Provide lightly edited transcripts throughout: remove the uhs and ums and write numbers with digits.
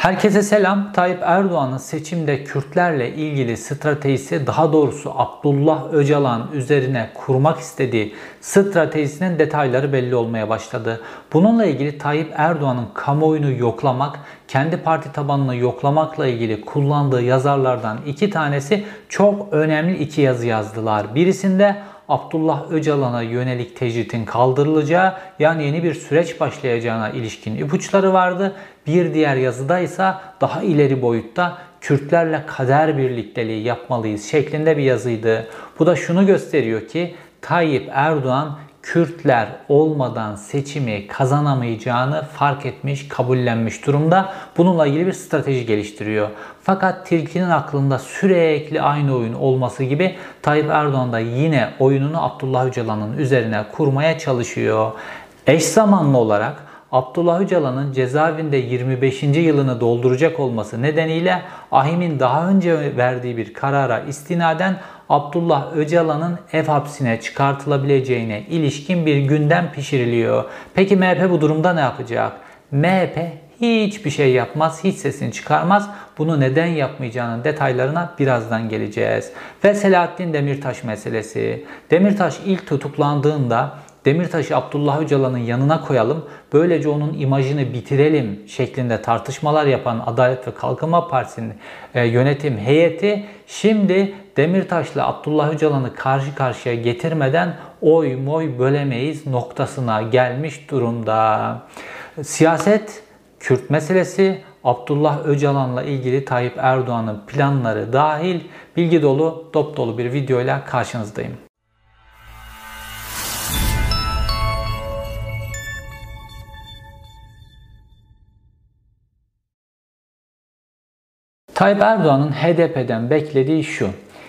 Herkese selam. Tayyip Erdoğan'ın seçimde Kürtlerle ilgili stratejisi, daha doğrusu Abdullah Öcalan üzerine kurmak istediği stratejisinin detayları belli olmaya başladı. Bununla ilgili Tayyip Erdoğan'ın kamuoyunu yoklamak, kendi parti tabanını yoklamakla ilgili kullandığı yazarlardan iki tanesi çok önemli iki yazı yazdılar. Birisinde Abdullah Öcalan'a yönelik tecritin kaldırılacağı, yani yeni bir süreç başlayacağına ilişkin ipuçları vardı. Bir diğer yazıda ise daha ileri boyutta Kürtlerle kader birlikteliği yapmalıyız şeklinde bir yazıydı. Bu da şunu gösteriyor ki Tayyip Erdoğan Kürtler olmadan seçimi kazanamayacağını fark etmiş, kabullenmiş durumda. Bununla ilgili bir strateji geliştiriyor. Fakat tilkinin aklında sürekli aynı oyun olması gibi Tayyip Erdoğan da yine oyununu Abdullah Öcalan'ın üzerine kurmaya çalışıyor. Eş zamanlı olarak Abdullah Öcalan'ın cezaevinde 25. yılını dolduracak olması nedeniyle AİHM'in daha önce verdiği bir karara istinaden Abdullah Öcalan'ın ev hapsine çıkartılabileceğine ilişkin bir gündem pişiriliyor. Peki MHP bu durumda ne yapacak? MHP hiçbir şey yapmaz, hiç sesini çıkarmaz. Bunu neden yapmayacağının detaylarına birazdan geleceğiz. Ve Selahattin Demirtaş meselesi. Demirtaş ilk tutuklandığında Demirtaş'ı Abdullah Öcalan'ın yanına koyalım, böylece onun imajını bitirelim şeklinde tartışmalar yapan Adalet ve Kalkınma Partisi'nin yönetim heyeti şimdi Demirtaş'la Abdullah Öcalan'ı karşı karşıya getirmeden oy moy bölemeyiz noktasına gelmiş durumda. Siyaset, Kürt meselesi, Abdullah Öcalan'la ilgili Tayyip Erdoğan'ın planları dahil bilgi dolu, dop dolu bir videoyla karşınızdayım. Tayyip Erdoğan'ın HDP'den beklediği şu: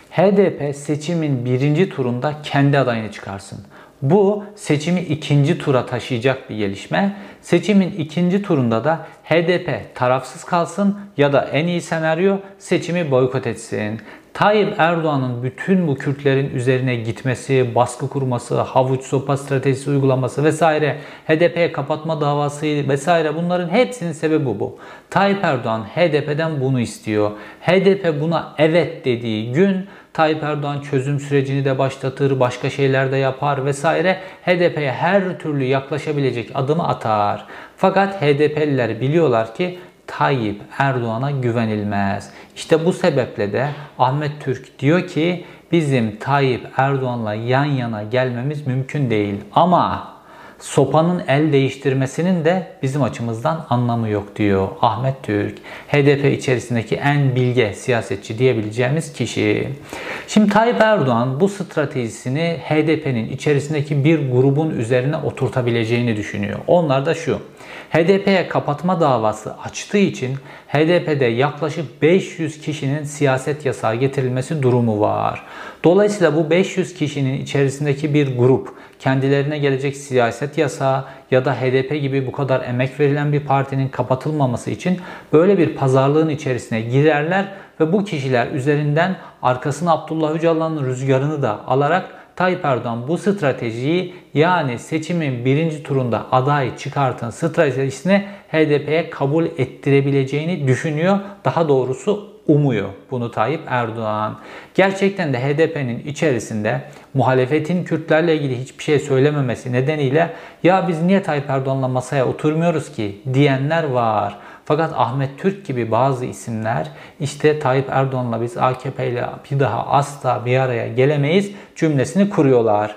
HDP seçimin birinci turunda kendi adayını çıkarsın. Bu seçimi ikinci tura taşıyacak bir gelişme. Seçimin ikinci turunda da HDP tarafsız kalsın ya da en iyi senaryo seçimi boykot etsin. Tayyip Erdoğan'ın bütün bu Kürtlerin üzerine gitmesi, baskı kurması, havuç sopa stratejisi uygulaması vesaire, HDP'ye kapatma davası vesaire, bunların hepsinin sebebi bu. Tayyip Erdoğan HDP'den bunu istiyor. HDP buna evet dediği gün Tayyip Erdoğan çözüm sürecini de başlatır, başka şeyler de yapar vesaire. HDP'ye her türlü yaklaşabilecek adımı atar. Fakat HDP'liler biliyorlar ki Tayyip Erdoğan'a güvenilmez. İşte bu sebeple de Ahmet Türk diyor ki bizim Tayyip Erdoğan'la yan yana gelmemiz mümkün değil. Ama sopanın el değiştirmesinin de bizim açımızdan anlamı yok diyor Ahmet Türk. HDP içerisindeki en bilge siyasetçi diyebileceğimiz kişi. Şimdi Tayyip Erdoğan bu stratejisini HDP'nin içerisindeki bir grubun üzerine oturtabileceğini düşünüyor. Onlar da şu: HDP'ye kapatma davası açtığı için HDP'de yaklaşık 500 kişinin siyaset yasağı getirilmesi durumu var. Dolayısıyla bu 500 kişinin içerisindeki bir grup kendilerine gelecek siyaset yasağı ya da HDP gibi bu kadar emek verilen bir partinin kapatılmaması için böyle bir pazarlığın içerisine girerler ve bu kişiler üzerinden arkasına Abdullah Öcalan'ın rüzgarını da alarak Tayyip Erdoğan bu stratejiyi, yani seçimin birinci turunda aday çıkartın stratejisini HDP'ye kabul ettirebileceğini düşünüyor. Daha doğrusu umuyor bunu Tayyip Erdoğan. Gerçekten de HDP'nin içerisinde muhalefetin Kürtlerle ilgili hiçbir şey söylememesi nedeniyle ya biz niye Tayyip Erdoğan'la masaya oturmuyoruz ki diyenler var. Fakat Ahmet Türk gibi bazı isimler işte Tayyip Erdoğan'la biz AKP ile bir daha asla bir araya gelemeyiz cümlesini kuruyorlar.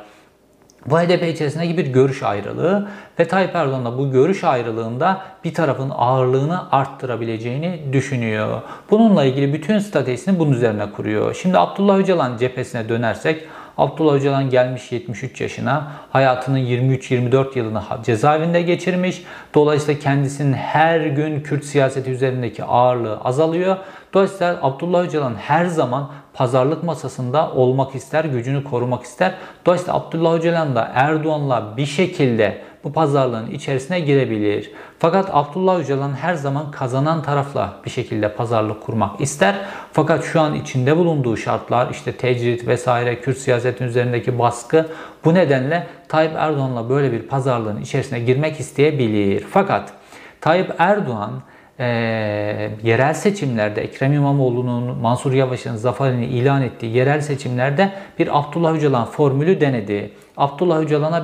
Bu HDP içerisindeki bir görüş ayrılığı ve Tayyip Erdoğan da bu görüş ayrılığında bir tarafın ağırlığını arttırabileceğini düşünüyor. Bununla ilgili bütün stratejisini bunun üzerine kuruyor. Şimdi Abdullah Öcalan cephesine dönersek, Abdullah Öcalan gelmiş 73 yaşına, hayatının 23-24 yılını cezaevinde geçirmiş. Dolayısıyla kendisinin her gün Kürt siyaseti üzerindeki ağırlığı azalıyor. Dolayısıyla Abdullah Öcalan her zaman pazarlık masasında olmak ister, gücünü korumak ister. Dolayısıyla Abdullah Öcalan da Erdoğan'la bir şekilde bu pazarlığın içerisine girebilir. Fakat Abdullah Öcalan her zaman kazanan tarafla bir şekilde pazarlık kurmak ister. Fakat şu an içinde bulunduğu şartlar, işte tecrit vesaire, Kürt siyasetin üzerindeki baskı, bu nedenle Tayyip Erdoğan'la böyle bir pazarlığın içerisine girmek isteyebilir. Fakat Tayyip Erdoğan yerel seçimlerde Ekrem İmamoğlu'nun Mansur Yavaş'ın zaferini ilan ettiği yerel seçimlerde bir Abdullah Öcalan formülü denedi. Abdullah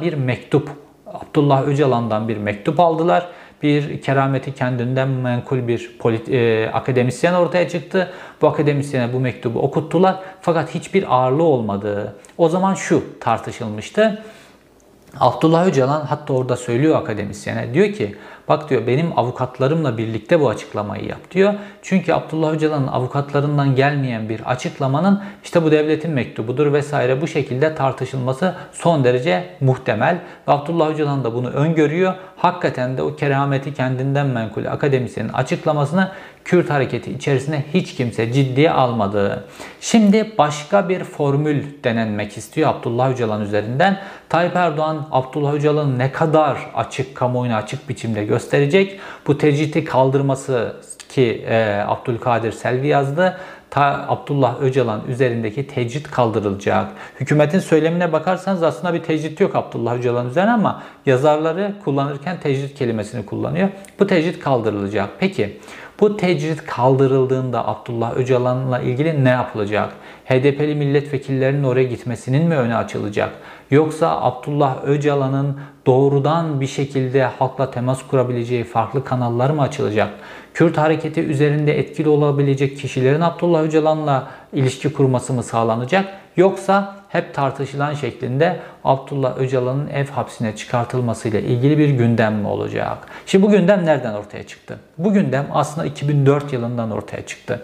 Öcalan'dan bir mektup aldılar. Bir kerameti kendinden menkul bir akademisyen ortaya çıktı. Bu akademisyene bu mektubu okuttular. Fakat hiçbir ağırlığı olmadı. O zaman şu tartışılmıştı. Abdullah Öcalan hatta orada söylüyor akademisyene. Diyor ki bak diyor benim avukatlarımla birlikte bu açıklamayı yap diyor. Çünkü Abdullah Öcalan'ın avukatlarından gelmeyen bir açıklamanın işte bu devletin mektubudur vesaire bu şekilde tartışılması son derece muhtemel. Ve Abdullah Öcalan da bunu öngörüyor. Hakikaten de o kerameti kendinden menkul akademisyenin açıklamasını Kürt hareketi içerisinde hiç kimse ciddiye almadı. Şimdi başka bir formül denenmek istiyor Abdullah Öcalan üzerinden. Tayyip Erdoğan Abdullah Öcalan'ı ne kadar açık, kamuoyuna açık biçimde gösterecek. Bu tecriti kaldırması ki Abdülkadir Selvi yazdı. Abdullah Öcalan üzerindeki tecrit kaldırılacak. Hükümetin söylemine bakarsanız aslında bir tecrit yok Abdullah Öcalan üzerine ama yazarları kullanırken tecrit kelimesini kullanıyor. Bu tecrit kaldırılacak. Peki bu tecrit kaldırıldığında Abdullah Öcalan'la ilgili ne yapılacak? HDP'li milletvekillerinin oraya gitmesinin mi önü açılacak? Yoksa Abdullah Öcalan'ın doğrudan bir şekilde halkla temas kurabileceği farklı kanallar mı açılacak? Kürt hareketi üzerinde etkili olabilecek kişilerin Abdullah Öcalan'la ilişki kurması mı sağlanacak? Yoksa hep tartışılan şeklinde Abdullah Öcalan'ın ev hapsine çıkartılmasıyla ilgili bir gündem mi olacak? Şimdi bu gündem nereden ortaya çıktı? Bu gündem aslında 2004 yılından ortaya çıktı.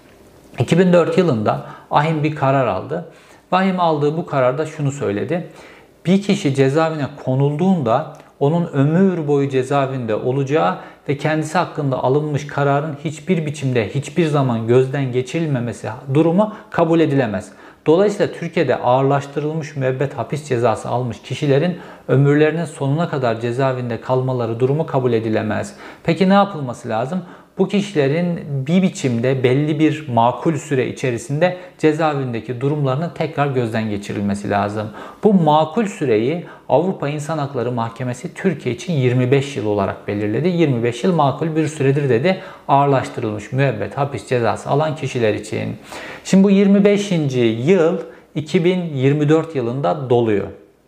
2004 yılında AİM bir karar aldı. AİM aldığı bu kararda şunu söyledi. Bir kişi cezaevine konulduğunda onun ömür boyu cezaevinde olacağı ve kendisi hakkında alınmış kararın hiçbir biçimde hiçbir zaman gözden geçirilmemesi durumu kabul edilemez. Dolayısıyla Türkiye'de ağırlaştırılmış müebbet hapis cezası almış kişilerin ömürlerinin sonuna kadar cezaevinde kalmaları durumu kabul edilemez. Peki ne yapılması lazım? Bu kişilerin bir biçimde belli bir makul süre içerisinde cezaevindeki durumlarının tekrar gözden geçirilmesi lazım. Bu makul süreyi Avrupa İnsan Hakları Mahkemesi Türkiye için 25 yıl olarak belirledi. 25 yıl makul bir süredir dedi ağırlaştırılmış müebbet hapis cezası alan kişiler için. Şimdi bu 25. yıl 2024 yılında doluyor.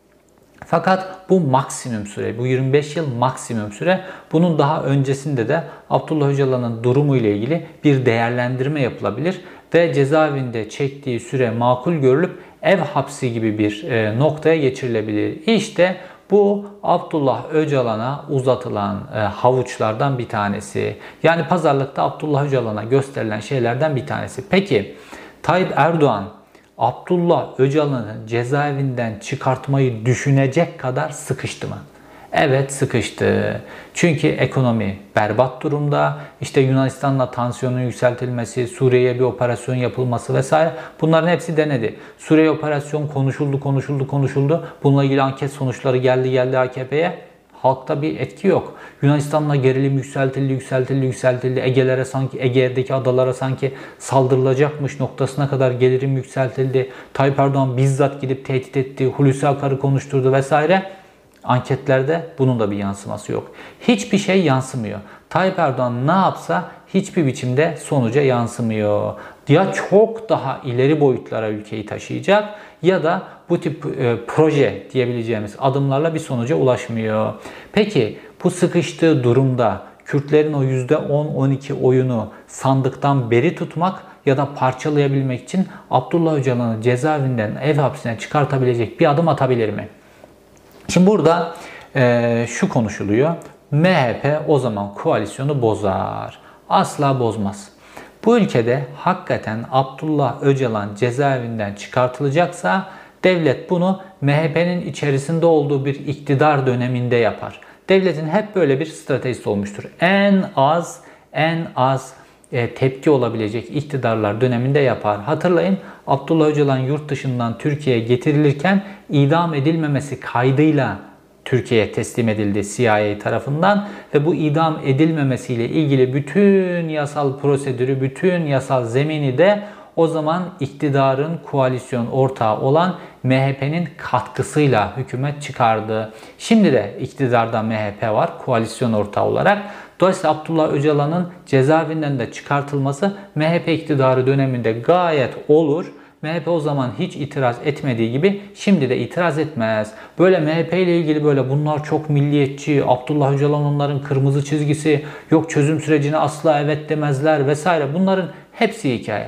Fakat bu maksimum süre, bu 25 yıl maksimum süre. Bunun daha öncesinde de Abdullah Öcalan'ın durumu ile ilgili bir değerlendirme yapılabilir ve cezaevinde çektiği süre makul görülüp ev hapsi gibi bir noktaya geçirilebilir. İşte bu Abdullah Öcalan'a uzatılan havuçlardan bir tanesi. Yani pazarlıkta Abdullah Öcalan'a gösterilen şeylerden bir tanesi. Peki Tayyip Erdoğan Abdullah Öcalan'ı cezaevinden çıkartmayı düşünecek kadar sıkıştı mı? Evet, sıkıştı. Çünkü ekonomi berbat durumda. İşte Yunanistan'la tansiyonun yükseltilmesi, Suriye'ye bir operasyon yapılması vesaire bunların hepsi denedi. Suriye operasyon konuşuldu. Bununla ilgili anket sonuçları geldi AKP'ye. Halkta bir etki yok. Yunanistan'la gerilim yükseltildi. Ege'deki adalara sanki saldırılacakmış noktasına kadar gerilim yükseltildi. Tayyip Erdoğan bizzat gidip tehdit etti. Hulusi Akar'ı konuşturdu vesaire. Anketlerde bunun da bir yansıması yok. Hiçbir şey yansımıyor. Tayyip Erdoğan ne yapsa hiçbir biçimde sonuca yansımıyor. Ya çok daha ileri boyutlara ülkeyi taşıyacak ya da bu tip proje diyebileceğimiz adımlarla bir sonuca ulaşmıyor. Peki bu sıkıştığı durumda Kürtlerin o %10-12 oyunu sandıktan beri tutmak ya da parçalayabilmek için Abdullah Öcalan'ı cezaevinden ev hapsine çıkartabilecek bir adım atabilir mi? Şimdi burada şu konuşuluyor. MHP o zaman koalisyonu bozar. Asla bozmaz. Bu ülkede hakikaten Abdullah Öcalan cezaevinden çıkartılacaksa devlet bunu MHP'nin içerisinde olduğu bir iktidar döneminde yapar. Devletin hep böyle bir stratejisi olmuştur. En az tepki olabilecek iktidarlar döneminde yapar. Hatırlayın, Abdullah Öcalan yurt dışından Türkiye'ye getirilirken idam edilmemesi kaydıyla Türkiye'ye teslim edildi CIA tarafından ve bu idam edilmemesiyle ilgili bütün yasal prosedürü, bütün yasal zemini de o zaman iktidarın koalisyon ortağı olan MHP'nin katkısıyla hükümet çıkardı. Şimdi de iktidarda MHP var koalisyon ortağı olarak. Dolayısıyla Abdullah Öcalan'ın cezaevinden de çıkartılması MHP iktidarı döneminde gayet olur. MHP o zaman hiç itiraz etmediği gibi şimdi de itiraz etmez. Böyle MHP ile ilgili böyle bunlar çok milliyetçi, Abdullah Öcalan onların kırmızı çizgisi, yok çözüm sürecine asla evet demezler vesaire. Bunların hepsi hikaye.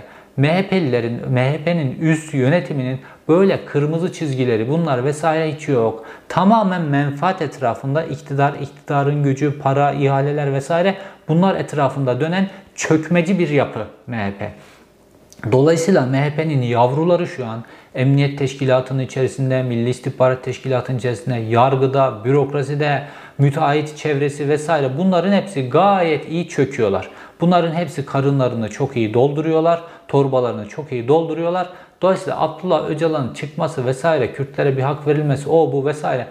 MHP'nin üst yönetiminin böyle kırmızı çizgileri bunlar vesaire hiç yok. Tamamen menfaat etrafında iktidarın gücü, para, ihaleler vesaire bunlar etrafında dönen çökmeci bir yapı MHP. Dolayısıyla MHP'nin yavruları şu an Emniyet Teşkilatı'nın içerisinde, Milli İstihbarat Teşkilatı'nın içerisinde, yargıda, bürokraside, müteahhit çevresi vesaire bunların hepsi gayet iyi çöküyorlar. Bunların hepsi karınlarını çok iyi dolduruyorlar, torbalarını çok iyi dolduruyorlar. Dolayısıyla Abdullah Öcalan'ın çıkması vesaire, Kürtlere bir hak verilmesi, o bu vesaire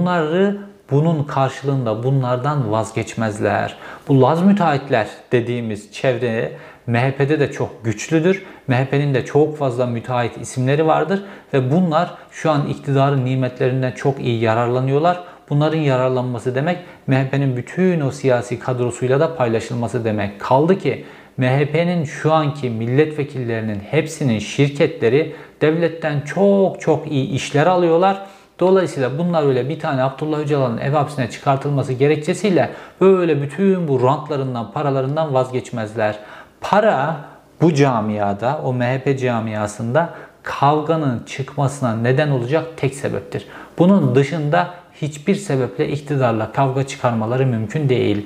bunun karşılığında bunlardan vazgeçmezler. Bu Laz müteahhitler dediğimiz çevre MHP'de de çok güçlüdür. MHP'nin de çok fazla müteahhit isimleri vardır ve bunlar şu an iktidarın nimetlerinden çok iyi yararlanıyorlar. Bunların yararlanması demek MHP'nin bütün o siyasi kadrosuyla da paylaşılması demek. Kaldı ki MHP'nin şu anki milletvekillerinin hepsinin şirketleri devletten çok iyi işler alıyorlar. Dolayısıyla bunlar öyle bir tane Abdullah Öcalan'ın ev hapsine çıkartılması gerekçesiyle böyle bütün bu rantlarından, paralarından vazgeçmezler. Para bu camiada, o MHP camiasında kavganın çıkmasına neden olacak tek sebeptir. Bunun dışında hiçbir sebeple iktidarla kavga çıkarmaları mümkün değil.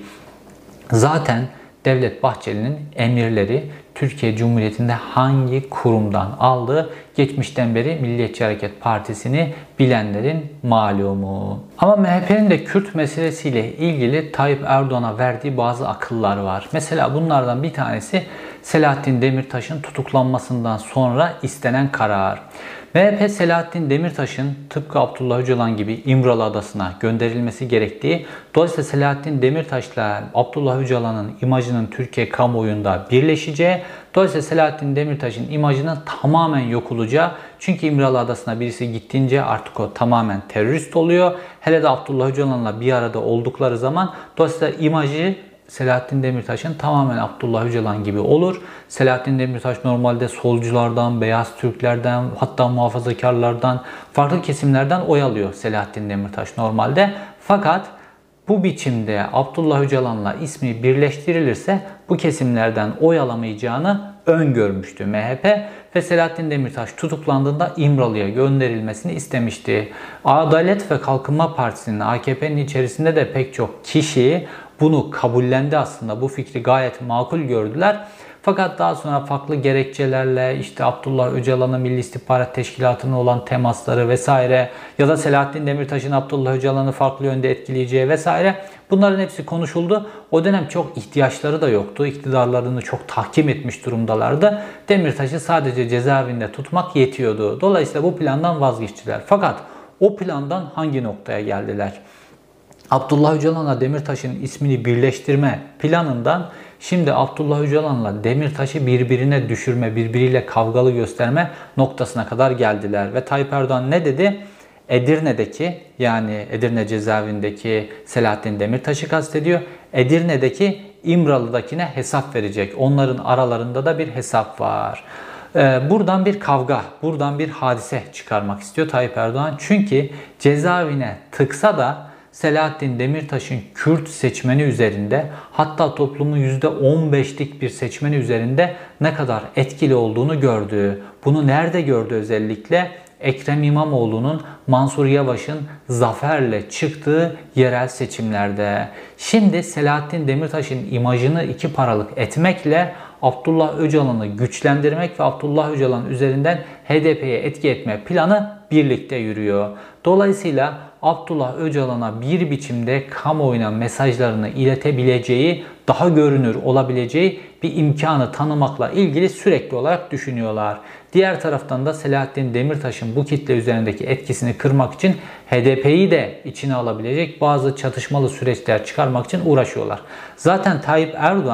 Zaten Devlet Bahçeli'nin emirleri Türkiye Cumhuriyeti'nde hangi kurumdan aldığı geçmişten beri Milliyetçi Hareket Partisi'ni bilenlerin malumu. Ama MHP'nin de Kürt meselesiyle ilgili Tayyip Erdoğan'a verdiği bazı akıllar var. Mesela bunlardan bir tanesi Selahattin Demirtaş'ın tutuklanmasından sonra istenen karar. MHP Selahattin Demirtaş'ın tıpkı Abdullah Öcalan gibi İmralı Adası'na gönderilmesi gerektiği, dolayısıyla Selahattin Demirtaş'la Abdullah Öcalan'ın imajının Türkiye kamuoyunda birleşeceği, dolayısıyla Selahattin Demirtaş'ın imajının tamamen yok olacağı, çünkü İmralı Adası'na birisi gittiğince artık o tamamen terörist oluyor. Hele de Abdullah Öcalan'la bir arada oldukları zaman dolayısıyla imajı Selahattin Demirtaş'ın tamamen Abdullah Öcalan gibi olur. Selahattin Demirtaş normalde solculardan, beyaz Türklerden, hatta muhafazakarlardan, farklı kesimlerden oy alıyor Selahattin Demirtaş normalde. Fakat bu biçimde Abdullah Öcalan'la ismi birleştirilirse bu kesimlerden oy alamayacağını öngörmüştü MHP ve Selahattin Demirtaş tutuklandığında İmralı'ya gönderilmesini istemişti. Adalet ve Kalkınma Partisi'nin, AKP'nin içerisinde de pek çok kişi bunu kabullendi aslında. Bu fikri gayet makul gördüler. Fakat daha sonra farklı gerekçelerle işte Abdullah Öcalan'ın Milli İstihbarat Teşkilatı'nın olan temasları vesaire ya da Selahattin Demirtaş'ın Abdullah Öcalan'ı farklı yönde etkileyeceği vesaire bunların hepsi konuşuldu. O dönem çok ihtiyaçları da yoktu. İktidarlarını çok tahkim etmiş durumdalardı. Demirtaş'ı sadece cezaevinde tutmak yetiyordu. Dolayısıyla bu plandan vazgeçtiler. Fakat o plandan hangi noktaya geldiler? Abdullah Öcalan'la Demirtaş'ın ismini birleştirme planından şimdi Abdullah Öcalan'la Demirtaş'ı birbirine düşürme, birbiriyle kavgalı gösterme noktasına kadar geldiler. Ve Tayyip Erdoğan ne dedi? Edirne'deki, yani Edirne cezaevindeki Selahattin Demirtaş'ı kastediyor. Edirne'deki İmralı'dakine hesap verecek. Onların aralarında da bir hesap var. Buradan bir kavga, buradan bir hadise çıkarmak istiyor Tayyip Erdoğan. Çünkü cezaevine tıksa da Selahattin Demirtaş'ın Kürt seçmeni üzerinde, hatta toplumun %15'lik bir seçmeni üzerinde ne kadar etkili olduğunu gördü. Bunu nerede gördü özellikle? Ekrem İmamoğlu'nun Mansur Yavaş'ın zaferle çıktığı yerel seçimlerde. Şimdi Selahattin Demirtaş'ın imajını iki paralık etmekle Abdullah Öcalan'ı güçlendirmek ve Abdullah Öcalan üzerinden HDP'ye etki etme planı birlikte yürüyor. Dolayısıyla Abdullah Öcalan'a bir biçimde kamuoyuna mesajlarını iletebileceği, daha görünür olabileceği bir imkanı tanımakla ilgili sürekli olarak düşünüyorlar. Diğer taraftan da Selahattin Demirtaş'ın bu kitle üzerindeki etkisini kırmak için HDP'yi de içine alabilecek bazı çatışmalı süreçler çıkarmak için uğraşıyorlar. Zaten Tayyip Erdoğan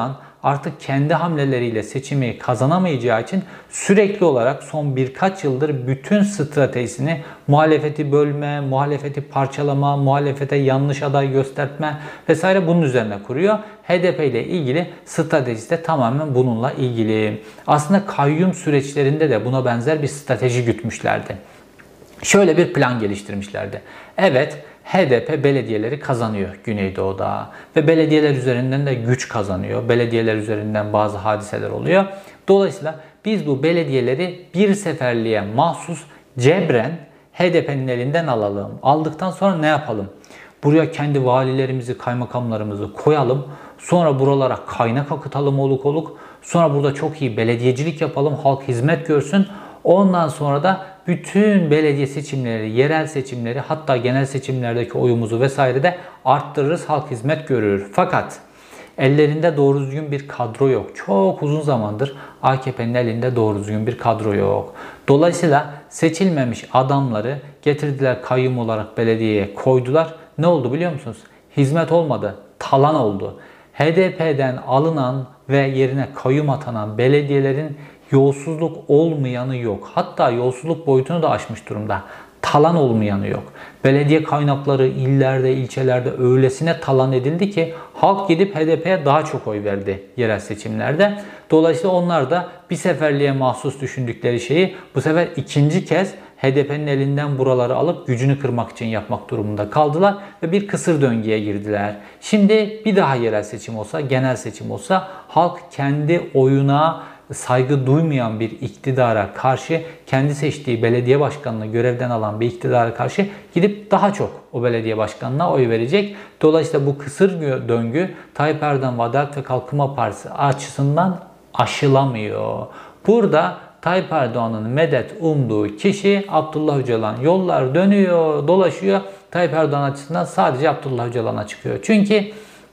artık kendi hamleleriyle seçimi kazanamayacağı için sürekli olarak son birkaç yıldır bütün stratejisini muhalefeti bölme, muhalefeti parçalama, muhalefete yanlış aday gösterme vesaire bunun üzerine kuruyor. HDP ile ilgili stratejisi de tamamen bununla ilgili. Aslında kayyum süreçlerinde de buna benzer bir strateji gütmüşlerdi. Şöyle bir plan geliştirmişlerdi. Evet, HDP belediyeleri kazanıyor Güneydoğu'da ve belediyeler üzerinden de güç kazanıyor. Belediyeler üzerinden bazı hadiseler oluyor. Dolayısıyla biz bu belediyeleri bir seferliğe mahsus cebren HDP'nin elinden alalım. Aldıktan sonra ne yapalım? Buraya kendi valilerimizi, kaymakamlarımızı koyalım. Sonra buralara kaynak akıtalım oluk oluk. Sonra burada çok iyi belediyecilik yapalım. Halk hizmet görsün. Ondan sonra da bütün belediye seçimleri, yerel seçimleri, hatta genel seçimlerdeki oyumuzu vesaire de arttırırız. Halk hizmet görür. Fakat ellerinde doğru düzgün bir kadro yok. Çok uzun zamandır AKP'nin elinde doğru düzgün bir kadro yok. Dolayısıyla seçilmemiş adamları getirdiler, kayyum olarak belediyeye koydular. Ne oldu biliyor musunuz? Hizmet olmadı. Talan oldu. HDP'den alınan ve yerine kayyum atanan belediyelerin yolsuzluk olmayanı yok. Hatta yolsuzluk boyutunu da aşmış durumda. Talan olmayanı yok. Belediye kaynakları illerde, ilçelerde öylesine talan edildi ki halk gidip HDP'ye daha çok oy verdi yerel seçimlerde. Dolayısıyla onlar da bir seferliğe mahsus düşündükleri şeyi bu sefer ikinci kez HDP'nin elinden buraları alıp gücünü kırmak için yapmak durumunda kaldılar ve bir kısır döngüye girdiler. Şimdi bir daha yerel seçim olsa, genel seçim olsa halk kendi oyuna saygı duymayan bir iktidara karşı, kendi seçtiği belediye başkanını görevden alan bir iktidara karşı gidip daha çok o belediye başkanına oy verecek. Dolayısıyla bu kısır döngü Tayyip Erdoğan ve Adalet ve Kalkınma Partisi açısından aşılamıyor. Burada Tayyip Erdoğan'ın medet umduğu kişi Abdullah Öcalan. Yollar dönüyor, dolaşıyor. Tayyip Erdoğan açısından sadece Abdullah Öcalan'a çıkıyor. Çünkü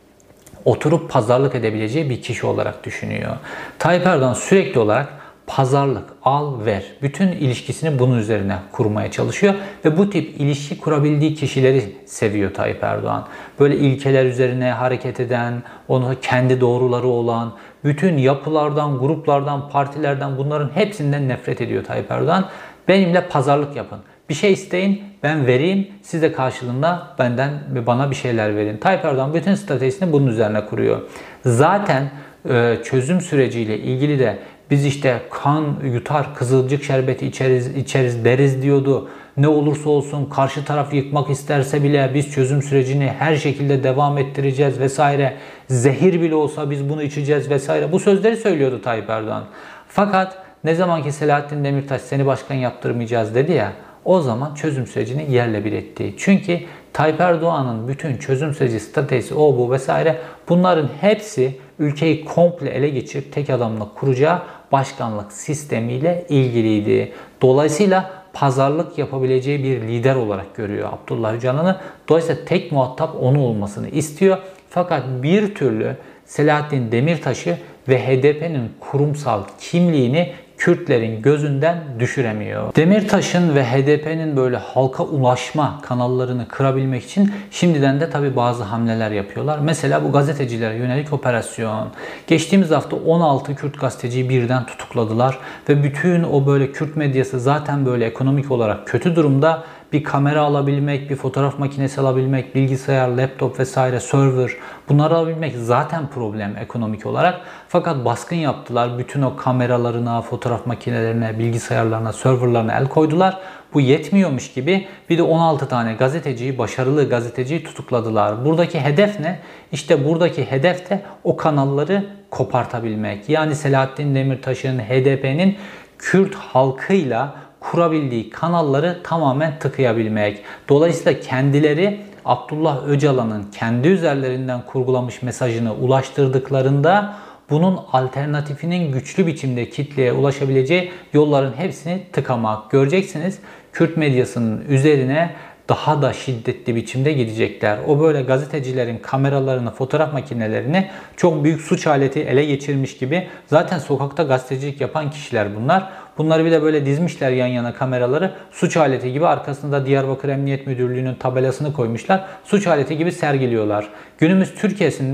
oturup pazarlık edebileceği bir kişi olarak düşünüyor. Tayyip Erdoğan sürekli olarak pazarlık, al ver. Bütün ilişkisini bunun üzerine kurmaya çalışıyor ve bu tip ilişki kurabildiği kişileri seviyor Tayyip Erdoğan. Böyle ilkeler üzerine hareket eden, onu kendi doğruları olan, bütün yapılardan, gruplardan, partilerden bunların hepsinden nefret ediyor Tayyip Erdoğan. Benimle pazarlık yapın. Bir şey isteyin, ben vereyim. Siz de karşılığında bana bir şeyler verin. Tayyip Erdoğan bütün stratejisini bunun üzerine kuruyor. Zaten çözüm süreciyle ilgili de biz işte kan yutar, kızılcık şerbeti içeriz deriz diyordu. Ne olursa olsun karşı taraf yıkmak isterse bile biz çözüm sürecini her şekilde devam ettireceğiz vesaire. Zehir bile olsa biz bunu içeceğiz vesaire. Bu sözleri söylüyordu Tayyip Erdoğan. Fakat ne zaman ki Selahattin Demirtaş seni başkan yaptırmayacağız dedi ya, o zaman çözüm sürecini yerle bir etti. Çünkü Tayyip Erdoğan'ın bütün çözüm süreci stratejisi o bu vesaire bunların hepsi ülkeyi komple ele geçirip tek adamla kuracağı başkanlık sistemiyle ilgiliydi. Dolayısıyla pazarlık yapabileceği bir lider olarak görüyor Abdullah Öcalan'ı. Dolayısıyla tek muhatap onu olmasını istiyor. Fakat bir türlü Selahattin Demirtaş'ı ve HDP'nin kurumsal kimliğini Kürtlerin gözünden düşüremiyor. Demirtaş'ın ve HDP'nin böyle halka ulaşma kanallarını kırabilmek için şimdiden de tabii bazı hamleler yapıyorlar. Mesela bu gazetecilere yönelik operasyon. Geçtiğimiz hafta 16 Kürt gazeteciyi birden tutukladılar ve bütün o böyle Kürt medyası zaten böyle ekonomik olarak kötü durumda. Bir kamera alabilmek, bir fotoğraf makinesi alabilmek, bilgisayar, laptop vesaire, server bunları alabilmek zaten problem ekonomik olarak. Fakat baskın yaptılar. Bütün o kameralarına, fotoğraf makinelerine, bilgisayarlarına, serverlarına el koydular. Bu yetmiyormuş gibi bir de 16 tane gazeteciyi, başarılı gazeteciyi tutukladılar. Buradaki hedef ne? İşte buradaki hedef de o kanalları kopartabilmek. Yani Selahattin Demirtaş'ın, HDP'nin Kürt halkıyla kurabildiği kanalları tamamen tıkayabilmek. Dolayısıyla kendileri Abdullah Öcalan'ın kendi üzerlerinden kurgulamış mesajını ulaştırdıklarında bunun alternatifinin güçlü biçimde kitleye ulaşabileceği yolların hepsini tıkamak. Göreceksiniz Kürt medyasının üzerine daha da şiddetli biçimde gidecekler. O böyle gazetecilerin kameralarını, fotoğraf makinelerini çok büyük suç aleti ele geçirmiş gibi. Zaten sokakta gazetecilik yapan kişiler bunlar. Bunları bir de böyle dizmişler yan yana kameraları. Suç aleti gibi arkasında Diyarbakır Emniyet Müdürlüğü'nün tabelasını koymuşlar. Suç aleti gibi sergiliyorlar. Günümüz Türkiye'sinde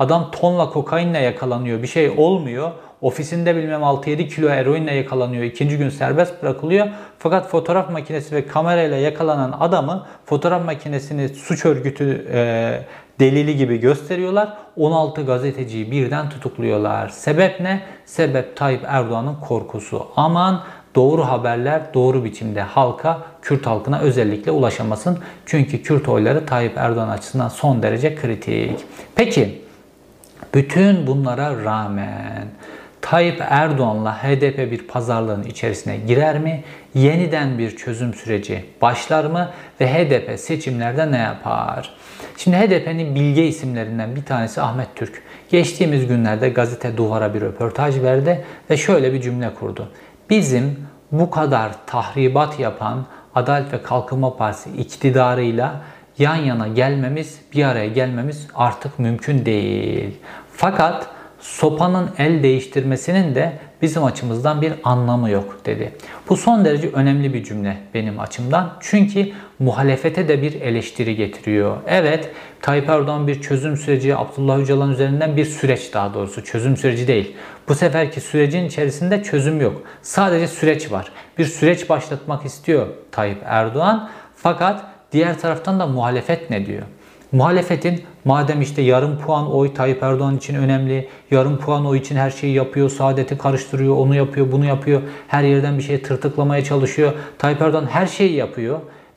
Adam tonla kokainle yakalanıyor. Bir şey olmuyor. Ofisinde bilmem 6-7 kilo eroinle yakalanıyor. İkinci gün serbest bırakılıyor. Fakat fotoğraf makinesi ve kamerayla yakalanan adamı fotoğraf makinesini suç örgütü delili gibi gösteriyorlar. 16 gazeteciyi birden tutukluyorlar. Sebep ne? Sebep Tayyip Erdoğan'ın korkusu. Aman doğru haberler doğru biçimde halka, Kürt halkına özellikle ulaşamasın. Çünkü Kürt oyları Tayyip Erdoğan açısından son derece kritik. Peki bütün bunlara rağmen Tayyip Erdoğan'la HDP bir pazarlığın içerisine girer mi? Yeniden bir çözüm süreci başlar mı? Ve HDP seçimlerde ne yapar? Şimdi HDP'nin bilge isimlerinden bir tanesi Ahmet Türk. Geçtiğimiz günlerde gazete Duvar'a bir röportaj verdi ve şöyle bir cümle kurdu. Bizim bu kadar tahribat yapan Adalet ve Kalkınma Partisi iktidarıyla yan yana gelmemiz, bir araya gelmemiz artık mümkün değil. Fakat sopanın el değiştirmesinin de bizim açımızdan bir anlamı yok dedi. Bu son derece önemli bir cümle benim açımdan. Çünkü muhalefete de bir eleştiri getiriyor. Evet, Tayyip Erdoğan bir çözüm süreci, Abdullah Öcalan üzerinden bir süreç, daha doğrusu çözüm süreci değil. Bu seferki sürecin içerisinde çözüm yok. Sadece süreç var. Bir süreç başlatmak istiyor Tayyip Erdoğan. Fakat diğer taraftan da muhalefet ne diyor? Muhalefetin madem işte yarım puan oy Tayyip Erdoğan için önemli, yarım puan oy için her şeyi yapıyor, saadeti karıştırıyor, onu yapıyor, bunu yapıyor, her yerden bir şey tırtıklamaya çalışıyor. Tayyip Erdoğan her şeyi yapıyor.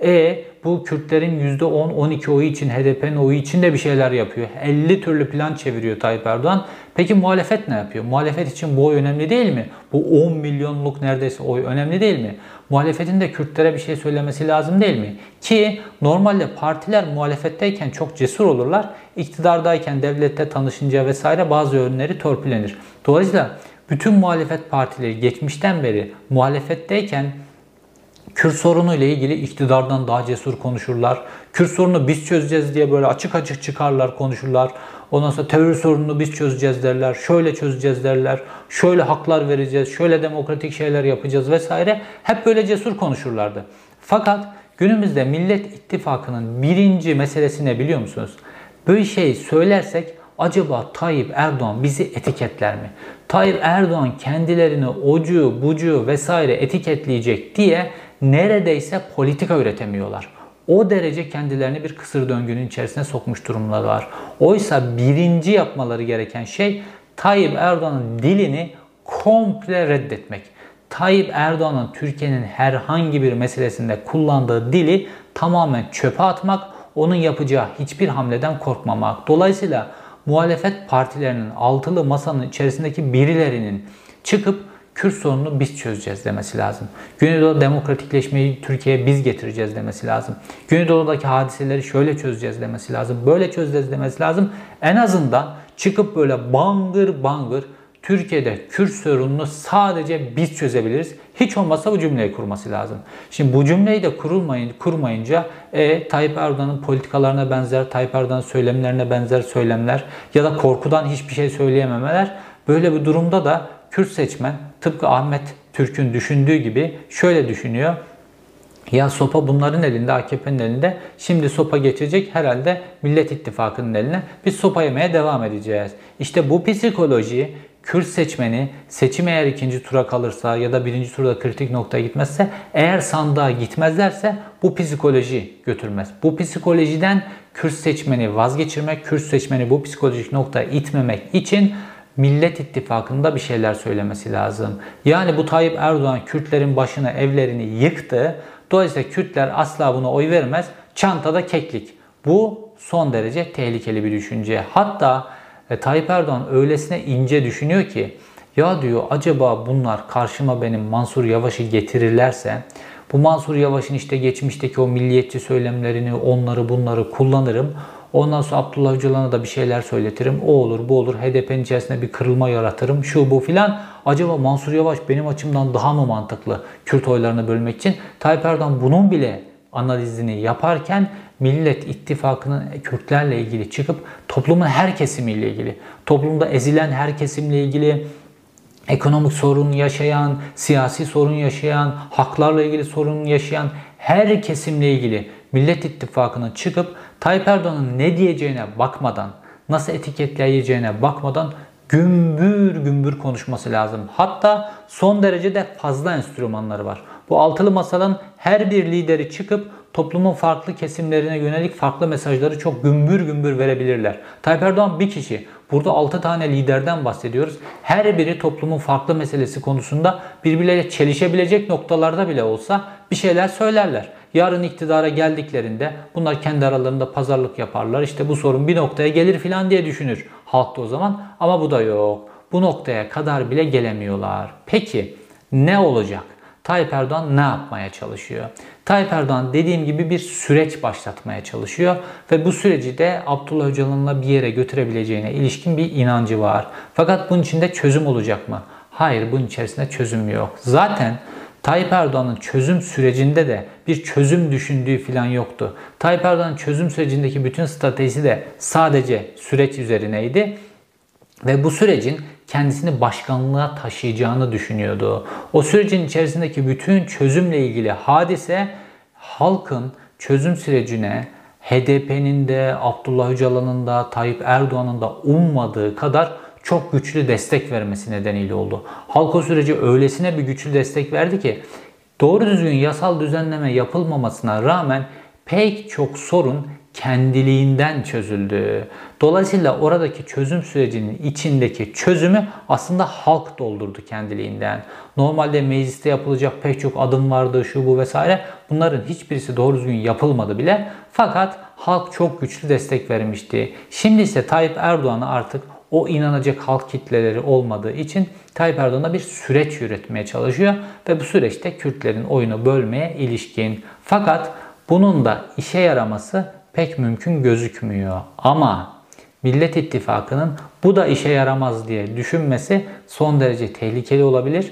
Bu Kürtlerin %10-12 oyu için, HDP'nin oyu için de bir şeyler yapıyor. 50 türlü plan çeviriyor Tayyip Erdoğan. Peki muhalefet ne yapıyor? Muhalefet için bu oy önemli değil mi? Bu 10 milyonluk neredeyse oy önemli değil mi? Muhalefetin de Kürtlere bir şey söylemesi lazım değil mi? Ki normalde partiler muhalefetteyken çok cesur olurlar. İktidardayken, devlette tanışınca vesaire bazı yönleri torpilenir. Dolayısıyla bütün muhalefet partileri geçmişten beri muhalefetteyken Kürt sorunu ile ilgili iktidardan daha cesur konuşurlar. Kürt sorunu biz çözeceğiz diye böyle açık açık çıkarlar, konuşurlar. Ondan sonra terör sorununu biz çözeceğiz derler. Şöyle çözeceğiz derler. Şöyle haklar vereceğiz. Şöyle demokratik şeyler yapacağız vesaire. Hep böyle cesur konuşurlardı. Fakat günümüzde Millet İttifakı'nın birinci meselesi ne biliyor musunuz? Böyle şey söylersek acaba Tayyip Erdoğan bizi etiketler mi? Tayyip Erdoğan kendilerini ocu, bucu vesaire etiketleyecek diye neredeyse politika üretemiyorlar. O derece kendilerini bir kısır döngünün içerisine sokmuş durumdalar. Oysa birinci yapmaları gereken şey Tayyip Erdoğan'ın dilini komple reddetmek. Tayyip Erdoğan'ın Türkiye'nin herhangi bir meselesinde kullandığı dili tamamen çöpe atmak, onun yapacağı hiçbir hamleden korkmamak. Dolayısıyla muhalefet partilerinin altılı masanın içerisindeki birilerinin çıkıp Kürt sorununu biz çözeceğiz demesi lazım. Güneydoğu demokratikleşmeyi Türkiye'ye biz getireceğiz demesi lazım. Güneydoğu'daki hadiseleri şöyle çözeceğiz demesi lazım. Böyle çözeceğiz demesi lazım. En azından çıkıp böyle bangır bangır Türkiye'de Kürt sorununu sadece biz çözebiliriz. Hiç olmazsa bu cümleyi kurması lazım. Şimdi bu cümleyi de kurmayınca Tayyip Erdoğan'ın politikalarına benzer, Tayyip Erdoğan'ın söylemlerine benzer söylemler ya da korkudan hiçbir şey söyleyememeler. Böyle bir durumda da Kürt seçmen tıpkı Ahmet Türk'ün düşündüğü gibi şöyle düşünüyor. Ya sopa bunların elinde, AKP'nin elinde. Şimdi sopa geçecek herhalde Millet İttifakı'nın eline. Biz sopa yemeye devam edeceğiz. İşte bu psikoloji Kürt seçmeni seçim eğer ikinci tura kalırsa ya da birinci turda kritik noktaya gitmezse, eğer sandığa gitmezlerse bu psikoloji götürmez. Bu psikolojiden Kürt seçmeni vazgeçirmek, Kürt seçmeni bu psikolojik noktaya itmemek için Millet İttifakı'nda bir şeyler söylemesi lazım. Yani bu Tayyip Erdoğan Kürtlerin başına evlerini yıktı. Dolayısıyla Kürtler asla buna oy vermez. Çantada keklik. Bu son derece tehlikeli bir düşünce. Hatta Tayyip Erdoğan öylesine ince düşünüyor ki ya diyor acaba bunlar karşıma benim Mansur Yavaş'ı getirirlerse bu Mansur Yavaş'ın işte geçmişteki o milliyetçi söylemlerini onları bunları kullanırım. Ondan sonra Abdullah Öcalan'a da bir şeyler söyletirim. O olur bu olur. HDP'nin içerisinde bir kırılma yaratırım. Şu bu filan. Acaba Mansur Yavaş benim açımdan daha mı mantıklı Kürt oylarını bölmek için? Tayyip Erdoğan bunun bile analizini yaparken Millet İttifakı'nın Kürtlerle ilgili çıkıp toplumun her kesimiyle ilgili, toplumda ezilen her kesimle ilgili, ekonomik sorun yaşayan, siyasi sorun yaşayan, haklarla ilgili sorun yaşayan her kesimle ilgili Millet İttifakı'nın çıkıp Tayyip Erdoğan'ın ne diyeceğine bakmadan, nasıl etiketleyeceğine bakmadan gümbür gümbür konuşması lazım. Hatta son derece de fazla enstrümanları var. Bu altılı masanın her bir lideri çıkıp toplumun farklı kesimlerine yönelik farklı mesajları çok gümbür gümbür verebilirler. Tayyip Erdoğan bir kişi. Burada 6 tane liderden bahsediyoruz. Her biri toplumun farklı meselesi konusunda birbirleriyle çelişebilecek noktalarda bile olsa bir şeyler söylerler. Yarın iktidara geldiklerinde bunlar kendi aralarında pazarlık yaparlar. İşte bu sorun bir noktaya gelir filan diye düşünür halk da o zaman. Ama bu da yok. Bu noktaya kadar bile gelemiyorlar. Peki ne olacak? Tayyip Erdoğan ne yapmaya çalışıyor? Tayyip Erdoğan dediğim gibi bir süreç başlatmaya çalışıyor ve bu süreci de Abdullah Öcalan'la bir yere götürebileceğine ilişkin bir inancı var. Fakat bunun içinde çözüm olacak mı? Hayır, bunun içerisinde çözüm yok. Zaten Tayyip Erdoğan'ın çözüm sürecinde de bir çözüm düşündüğü falan yoktu. Tayyip Erdoğan'ın çözüm sürecindeki bütün stratejisi de sadece süreç üzerineydi. Ve bu sürecin kendisini başkanlığa taşıyacağını düşünüyordu. O sürecin içerisindeki bütün çözümle ilgili hadise halkın çözüm sürecine HDP'nin de Abdullah Öcalan'ın da Tayyip Erdoğan'ın da ummadığı kadar çok güçlü destek vermesi nedeniyle oldu. Halk o sürece öylesine bir güçlü destek verdi ki doğru düzgün yasal düzenleme yapılmamasına rağmen pek çok sorun kendiliğinden çözüldü. Dolayısıyla oradaki çözüm sürecinin içindeki çözümü aslında halk doldurdu kendiliğinden. Normalde mecliste yapılacak pek çok adım vardı, şu bu vesaire. Bunların hiçbirisi doğru düzgün yapılmadı bile. Fakat halk çok güçlü destek vermişti. Şimdi ise Tayyip Erdoğan'a artık o inanacak halk kitleleri olmadığı için Tayyip Erdoğan'a bir süreç yürütmeye çalışıyor ve bu süreçte Kürtlerin oyunu bölmeye ilişkin. Fakat bunun da işe yaraması pek mümkün gözükmüyor. Ama Millet İttifakı'nın bu da işe yaramaz diye düşünmesi son derece tehlikeli olabilir.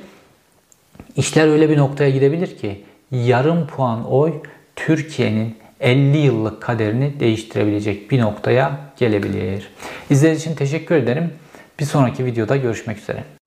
İşler öyle bir noktaya gidebilir ki yarım puan oy Türkiye'nin 50 yıllık kaderini değiştirebilecek bir noktaya gelebilir. İzlediğiniz için teşekkür ederim. Bir sonraki videoda görüşmek üzere.